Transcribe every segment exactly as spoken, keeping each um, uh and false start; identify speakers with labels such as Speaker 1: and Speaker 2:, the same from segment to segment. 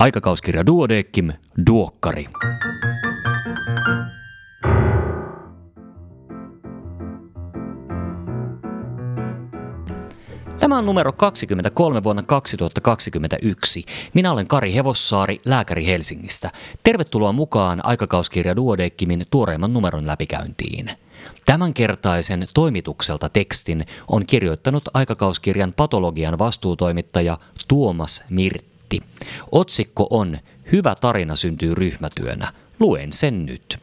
Speaker 1: Aikakauskirja Duodeckim, Duokkari. Tämä on numero kaksikymmentäkolme vuonna kaksituhattakaksikymmentäyksi. Minä olen Kari Hevossaari, lääkäri Helsingistä. Tervetuloa mukaan Aikakauskirja Duodeckimin tuoreimman numeron läpikäyntiin. Tämänkertaisen toimitukselta tekstin on kirjoittanut aikakauskirjan patologian vastuutoimittaja Tuomas Mirtti. Otsikko on Hyvä tarina syntyy ryhmätyönä. Luen sen nyt.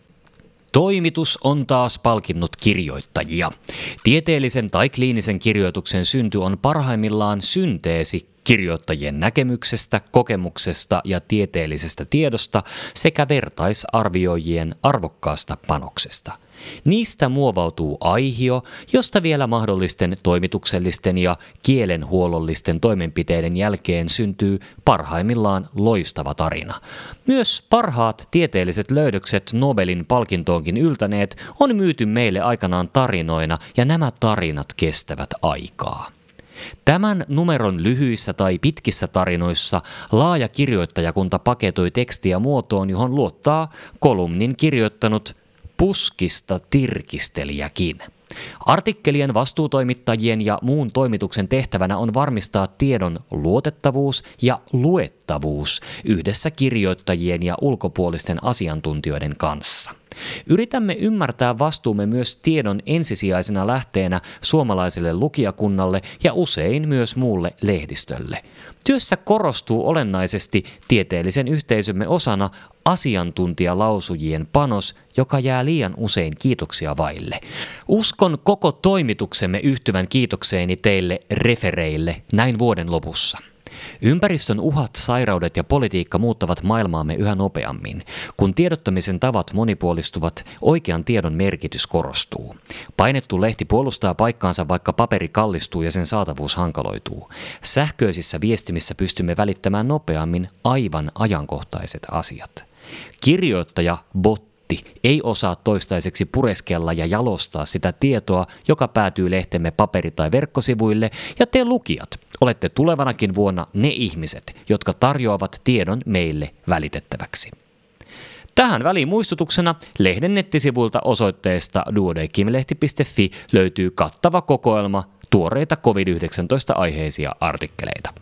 Speaker 1: Toimitus on taas palkinnut kirjoittajia. Tieteellisen tai kliinisen kirjoituksen synty on parhaimmillaan synteesi kirjoittajien näkemyksestä, kokemuksesta ja tieteellisestä tiedosta sekä vertaisarvioijien arvokkaasta panoksesta. Niistä muovautuu aihio, josta vielä mahdollisten toimituksellisten ja kielenhuollollisten toimenpiteiden jälkeen syntyy parhaimmillaan loistava tarina. Myös parhaat tieteelliset löydökset Nobelin palkintoonkin yltäneet on myyty meille aikanaan tarinoina, ja nämä tarinat kestävät aikaa. Tämän numeron lyhyissä tai pitkissä tarinoissa laaja kirjoittajakunta paketoi tekstiä muotoon, johon luottaa kolumnin kirjoittanut puskista tirkistelijäkin. Artikkelien vastuutoimittajien ja muun toimituksen tehtävänä on varmistaa tiedon luotettavuus ja luettavuus yhdessä kirjoittajien ja ulkopuolisten asiantuntijoiden kanssa. Yritämme ymmärtää vastuumme myös tiedon ensisijaisena lähteenä suomalaiselle lukijakunnalle ja usein myös muulle lehdistölle. Työssä korostuu olennaisesti tieteellisen yhteisömme osana asiantuntijalausujien panos, joka jää liian usein kiitoksia vaille. Uskon koko toimituksemme yhtyvän kiitokseeni teille refereille näin vuoden lopussa. Ympäristön uhat, sairaudet ja politiikka muuttavat maailmaamme yhä nopeammin. Kun tiedottamisen tavat monipuolistuvat, oikean tiedon merkitys korostuu. Painettu lehti puolustaa paikkaansa, vaikka paperi kallistuu ja sen saatavuus hankaloituu. Sähköisissä viestimissä pystymme välittämään nopeammin aivan ajankohtaiset asiat. Kirjoittaja botti ei osaa toistaiseksi pureskella ja jalostaa sitä tietoa, joka päätyy lehtemme paperi- tai verkkosivuille, ja te lukijat olette tulevanakin vuonna ne ihmiset, jotka tarjoavat tiedon meille välitettäväksi. Tähän väliin muistutuksena lehden nettisivuilta osoitteesta duodeckimlehti piste fi löytyy kattava kokoelma tuoreita covid yhdeksäntoista aiheisia artikkeleita.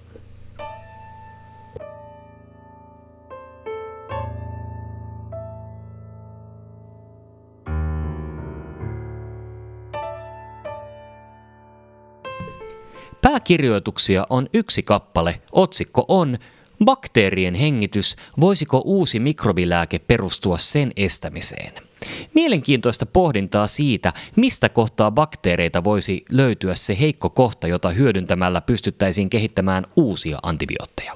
Speaker 1: Pääkirjoituksia on yksi kappale. Otsikko on Bakteerien hengitys, voisiko uusi mikrobilääke perustua sen estämiseen? Mielenkiintoista pohdintaa siitä, mistä kohtaa bakteereita voisi löytyä se heikko kohta, jota hyödyntämällä pystyttäisiin kehittämään uusia antibiootteja.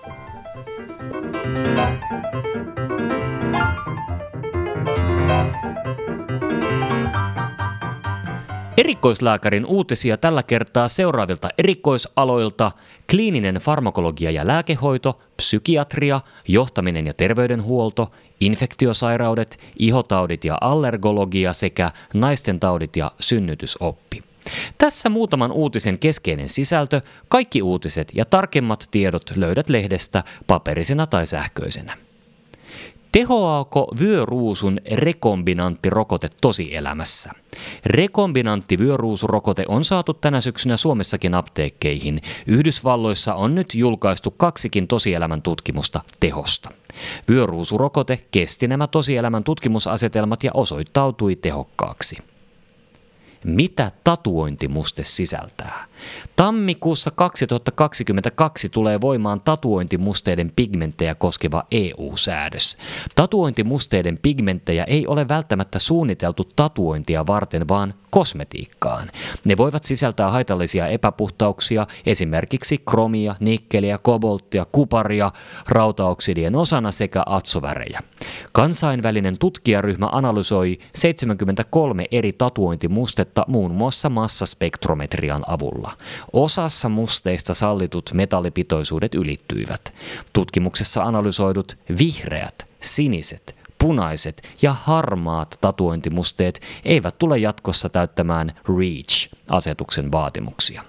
Speaker 1: Erikoislääkärin uutisia tällä kertaa seuraavilta erikoisaloilta: kliininen farmakologia ja lääkehoito, psykiatria, johtaminen ja terveydenhuolto, infektiosairaudet, ihotaudit ja allergologia sekä naistentaudit ja synnytysoppi. Tässä muutaman uutisen keskeinen sisältö. Kaikki uutiset ja tarkemmat tiedot löydät lehdestä paperisena tai sähköisenä. Tehoaako vyöruusun rekombinanttirokote tosielämässä? Rekombinanttivyöruusurokote on saatu tänä syksynä Suomessakin apteekkeihin. Yhdysvalloissa on nyt julkaistu kaksikin tosielämän tutkimusta tehosta. Vyöruusurokote kesti nämä tosielämän tutkimusasetelmat ja osoittautui tehokkaaksi. Mitä tatuointimuste sisältää? Tammikuussa kaksituhattakaksikymmentäkaksi tulee voimaan tatuointimusteiden pigmenttejä koskeva E U-säädös. Tatuointimusteiden pigmenttejä ei ole välttämättä suunniteltu tatuointia varten, vaan kosmetiikkaan. Ne voivat sisältää haitallisia epäpuhtauksia, esimerkiksi kromia, nikkeliä, kobolttia, kuparia, rautaoksidien osana sekä atsovärejä. Kansainvälinen tutkijaryhmä analysoi seitsemänkymmentäkolme eri tatuointimustetta muun muassa massaspektrometrian avulla. Osassa musteista sallitut metallipitoisuudet ylittyivät. Tutkimuksessa analysoidut vihreät, siniset, punaiset ja harmaat tatuointimusteet eivät tule jatkossa täyttämään REACH-asetuksen vaatimuksia.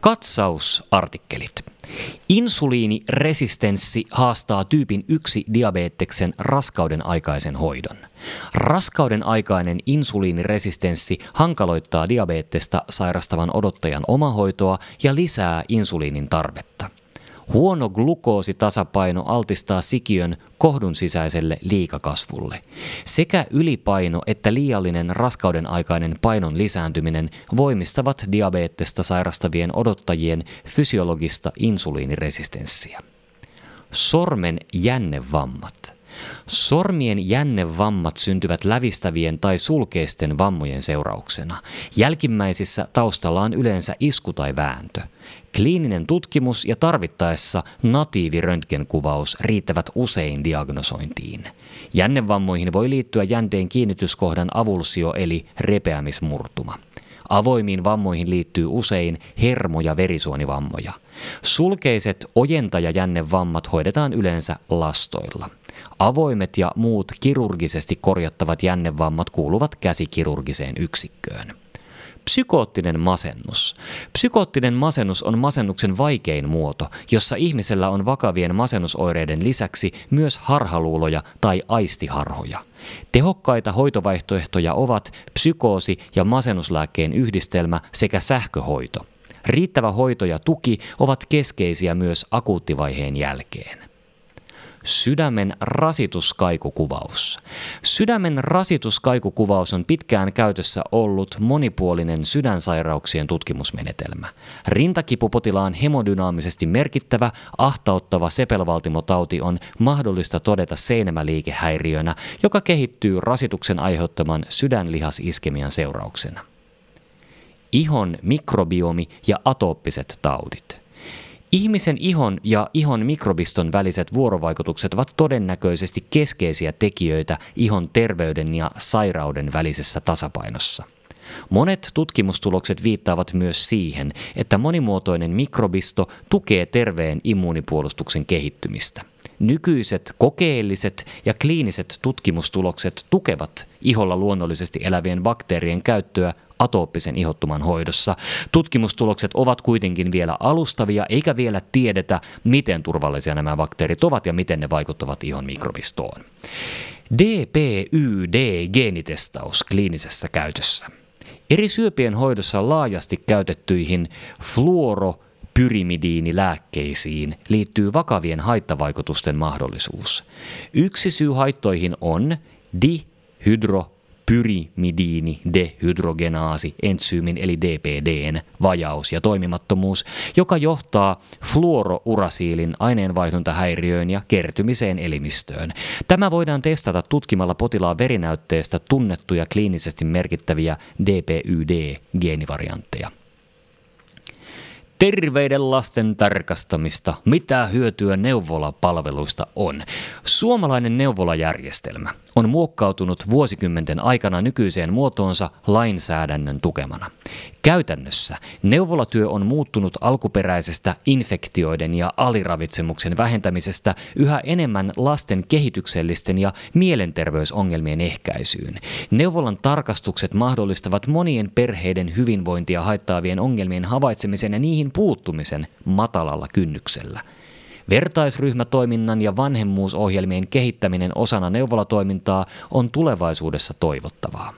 Speaker 1: Katsausartikkelit. Insuliiniresistenssi haastaa tyypin yksi diabeteksen raskauden aikaisen hoidon. Raskauden aikainen insuliiniresistenssi hankaloittaa diabetesta sairastavan odottajan omahoitoa ja lisää insuliinin tarvetta. Huono glukoositasapaino altistaa sikiön kohdun sisäiselle liikakasvulle. Sekä ylipaino että liiallinen raskauden aikainen painon lisääntyminen voimistavat diabetesta sairastavien odottajien fysiologista insuliiniresistenssiä. Sormen jännevammat. Sormien jännevammat syntyvät lävistävien tai sulkeisten vammojen seurauksena. Jälkimmäisissä taustalla on yleensä isku tai vääntö. Kliininen tutkimus ja tarvittaessa natiiviröntgenkuvaus riittävät usein diagnosointiin. Jännevammoihin voi liittyä jänteen kiinnityskohdan avulsio eli repeämismurtuma. Avoimiin vammoihin liittyy usein hermo- ja verisuonivammoja. Sulkeiset ojentajajännevammat hoidetaan yleensä lastoilla. Avoimet ja muut kirurgisesti korjattavat jännevammat kuuluvat käsikirurgiseen yksikköön. Psykoottinen masennus. Psykoottinen masennus on masennuksen vaikein muoto, jossa ihmisellä on vakavien masennusoireiden lisäksi myös harhaluuloja tai aistiharhoja. Tehokkaita hoitovaihtoehtoja ovat psykoosi- ja masennuslääkkeen yhdistelmä sekä sähköhoito. Riittävä hoito ja tuki ovat keskeisiä myös akuuttivaiheen jälkeen. Sydämen rasituskaikukuvaus. Sydämen rasituskaikukuvaus on pitkään käytössä ollut monipuolinen sydänsairauksien tutkimusmenetelmä. Rintakipupotilaan hemodynaamisesti merkittävä, ahtauttava sepelvaltimotauti on mahdollista todeta seinämäliikehäiriönä, joka kehittyy rasituksen aiheuttaman sydänlihasiskemian seurauksena. Ihon mikrobiomi ja atooppiset taudit. Ihmisen ihon ja ihon mikrobiston väliset vuorovaikutukset ovat todennäköisesti keskeisiä tekijöitä ihon terveyden ja sairauden välisessä tasapainossa. Monet tutkimustulokset viittaavat myös siihen, että monimuotoinen mikrobisto tukee terveen immuunipuolustuksen kehittymistä. Nykyiset kokeelliset ja kliiniset tutkimustulokset tukevat iholla luonnollisesti elävien bakteerien käyttöä atooppisen ihottuman hoidossa. Tutkimustulokset ovat kuitenkin vielä alustavia, eikä vielä tiedetä, miten turvallisia nämä bakteerit ovat ja miten ne vaikuttavat ihon mikrobistoon. D P Y D-geenitestaus kliinisessä käytössä. Eri syöpien hoidossa laajasti käytettyihin fluoropyrimidiinilääkkeisiin liittyy vakavien haittavaikutusten mahdollisuus. Yksi syy haittoihin on dihydropyrimidiini-dehydrogenaasi entsyymin eli D P D:n vajaus ja toimimattomuus, joka johtaa fluorourasiilin aineenvaihduntahäiriöön ja kertymiseen elimistöön. Tämä voidaan testata tutkimalla potilaan verinäytteestä tunnettuja kliinisesti merkittäviä D P Y D-geenivariantteja. Terveiden lasten tarkastamista. Mitä hyötyä neuvolapalveluista on? Suomalainen neuvolajärjestelmä on muokkautunut vuosikymmenten aikana nykyiseen muotoonsa lainsäädännön tukemana. Käytännössä neuvolatyö on muuttunut alkuperäisestä infektioiden ja aliravitsemuksen vähentämisestä yhä enemmän lasten kehityksellisten ja mielenterveysongelmien ehkäisyyn. Neuvolan tarkastukset mahdollistavat monien perheiden hyvinvointia haittaavien ongelmien havaitsemisen ja niihin puuttumisen matalalla kynnyksellä. Vertaisryhmätoiminnan ja vanhemmuusohjelmien kehittäminen osana neuvolatoimintaa on tulevaisuudessa toivottavaa.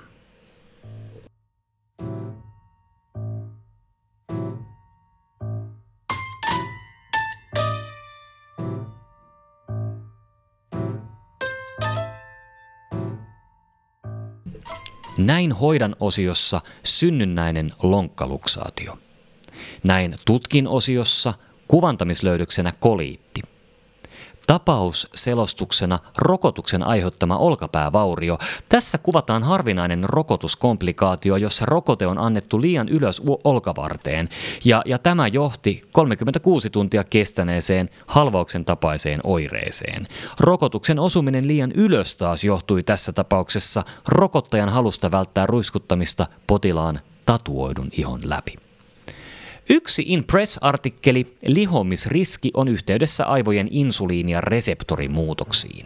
Speaker 1: Näin hoidan osiossa synnynnäinen lonkkaluksaatio. Näin tutkin osiossa kuvantamislöydöksenä koliitti. Tapausselostuksena rokotuksen aiheuttama olkapäävaurio. Tässä kuvataan harvinainen rokotuskomplikaatio, jossa rokote on annettu liian ylös olkavarteen, ja, ja tämä johti kolmekymmentäkuusi tuntia kestäneeseen halvauksen tapaiseen oireeseen. Rokotuksen osuminen liian ylös taas johtui tässä tapauksessa rokottajan halusta välttää ruiskuttamista potilaan tatuoidun ihon läpi. Yksi InPress-artikkeli, lihomisriski on yhteydessä aivojen insuliini- ja reseptorimuutoksiin.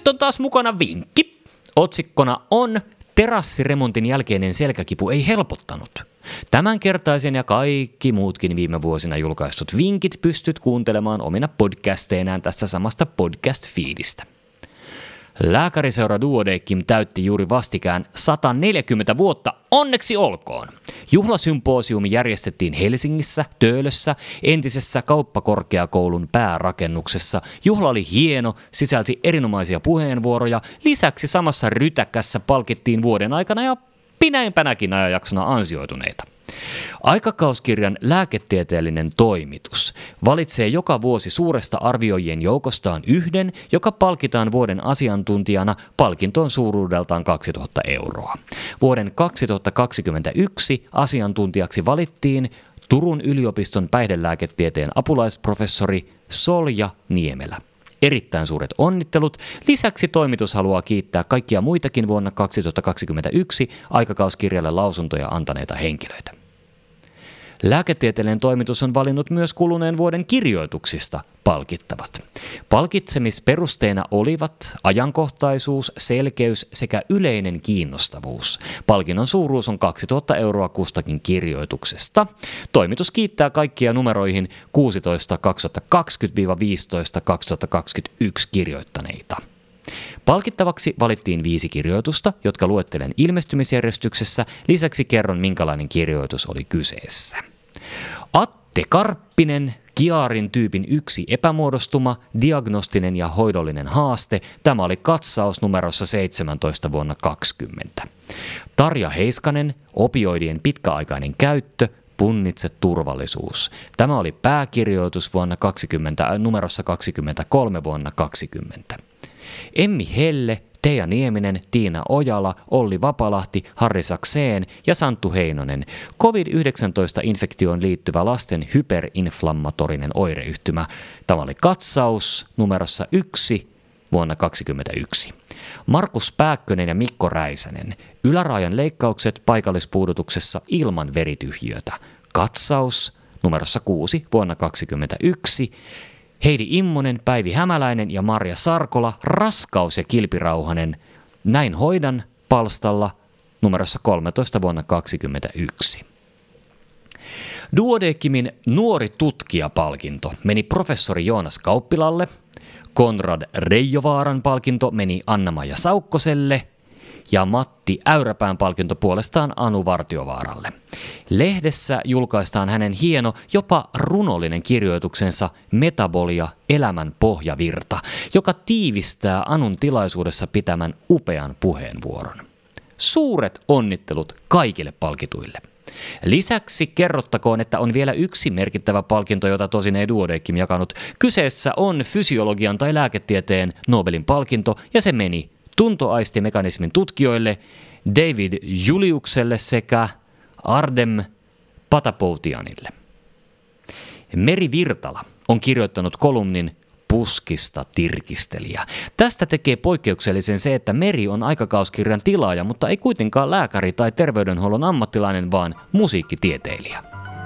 Speaker 1: Nyt on taas mukana vinkki. Otsikkona on terassiremontin jälkeinen selkäkipu ei helpottanut. Tämänkertaisen ja kaikki muutkin viime vuosina julkaistut vinkit pystyt kuuntelemaan omina podcasteinaan tästä samasta podcast-fiidistä. Lääkäriseura Duodeckim täytti juuri vastikään sata neljäkymmentä vuotta, onneksi olkoon! Juhlasymposiumi järjestettiin Helsingissä, Töölössä, entisessä kauppakorkeakoulun päärakennuksessa. Juhla oli hieno, sisälti erinomaisia puheenvuoroja, lisäksi samassa rytäkässä palkittiin vuoden aikana ja pinäimpänäkin ajanjaksona ansioituneita. Aikakauskirjan lääketieteellinen toimitus valitsee joka vuosi suuresta arvioijien joukostaan yhden, joka palkitaan vuoden asiantuntijana. Palkinton suuruudeltaan kaksituhatta euroa. Vuoden kaksituhattakaksikymmentäyksi asiantuntijaksi valittiin Turun yliopiston päihdelääketieteen apulaisprofessori Solja Niemelä. Erittäin suuret onnittelut. Lisäksi toimitus haluaa kiittää kaikkia muitakin vuonna kaksituhattakaksikymmentäyksi aikakauskirjalle lausuntoja antaneita henkilöitä. Lääketieteellinen toimitus on valinnut myös kuluneen vuoden kirjoituksista palkittavat. Palkitsemisperusteena olivat ajankohtaisuus, selkeys sekä yleinen kiinnostavuus. Palkinnon suuruus on kaksituhatta euroa kustakin kirjoituksesta. Toimitus kiittää kaikkia numeroihin kuusitoista kaksituhattakaksikymmentä viisitoista kaksituhattakaksikymmentäyksi kirjoittaneita. Palkittavaksi valittiin viisi kirjoitusta, jotka luettelen ilmestymisjärjestyksessä. Lisäksi kerron, minkälainen kirjoitus oli kyseessä. Atte Karppinen, Chiarin tyypin yksi epämuodostuma, diagnostinen ja hoidollinen haaste. Tämä oli katsaus numerossa seitsemäntoista vuonna kaksikymmentä. Tarja Heiskanen, opioidien pitkäaikainen käyttö, punnitse turvallisuus. Tämä oli pääkirjoitus vuonna kaksikymmentä, numerossa kaksikymmentäkolme vuonna kaksikymmentä. Emmi Helle, Teija Nieminen, Tiina Ojala, Olli Vapalahti, Harri Sakseen ja Santtu Heinonen. covid yhdeksäntoista-infektioon liittyvä lasten hyperinflammatorinen oireyhtymä. Tämä oli katsaus numerossa yksi vuonna kaksikymmentäyksi. Markus Pääkkönen ja Mikko Räisänen. Ylärajan leikkaukset paikallispuudutuksessa ilman verityhjiötä. Katsaus numerossa kuusi vuonna kaksikymmentäyksi. Heidi Immonen, Päivi Hämäläinen ja Marja Sarkola, Raskaus ja kilpirauhanen. Näin hoidan palstalla numerossa kolmetoista vuonna kaksikymmentäyksi. Duodeckimin nuori tutkijapalkinto meni professori Joonas Kauppilalle. Konrad Reijovaaran palkinto meni Anna-Maija Saukkoselle. Ja Matti Äyräpään palkinto puolestaan Anu Vartiovaaralle. Lehdessä julkaistaan hänen hieno, jopa runollinen kirjoituksensa Metabolia, elämän pohjavirta, joka tiivistää Anun tilaisuudessa pitämän upean puheenvuoron. Suuret onnittelut kaikille palkituille. Lisäksi kerrottakoon, että on vielä yksi merkittävä palkinto, jota tosin ei Duodeckim jakanut. Kyseessä on fysiologian tai lääketieteen Nobelin palkinto, ja se meni tuntoaistimekanismin tutkijoille David Juliukselle sekä Ardem Patapoutianille. Meri Virtala on kirjoittanut kolumnin Puskista tirkistelijä. Tästä tekee poikkeuksellisen se, että Meri on aikakauskirjan tilaaja, mutta ei kuitenkaan lääkäri tai terveydenhuollon ammattilainen, vaan musiikkitieteilijä.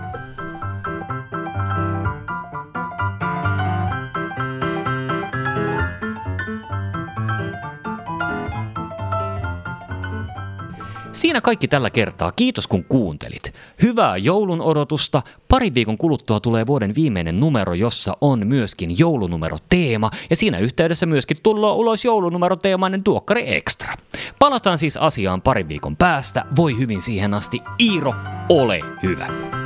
Speaker 1: Siinä kaikki tällä kertaa. Kiitos kun kuuntelit. Hyvää joulun odotusta. Pari viikon kuluttua tulee vuoden viimeinen numero, jossa on myöskin joulunumeroteema. Ja siinä yhteydessä myöskin tullaan ulos joulunumeroteemainen Tuokkari Extra. Palataan siis asiaan parin viikon päästä. Voi hyvin siihen asti. Iiro, ole hyvä.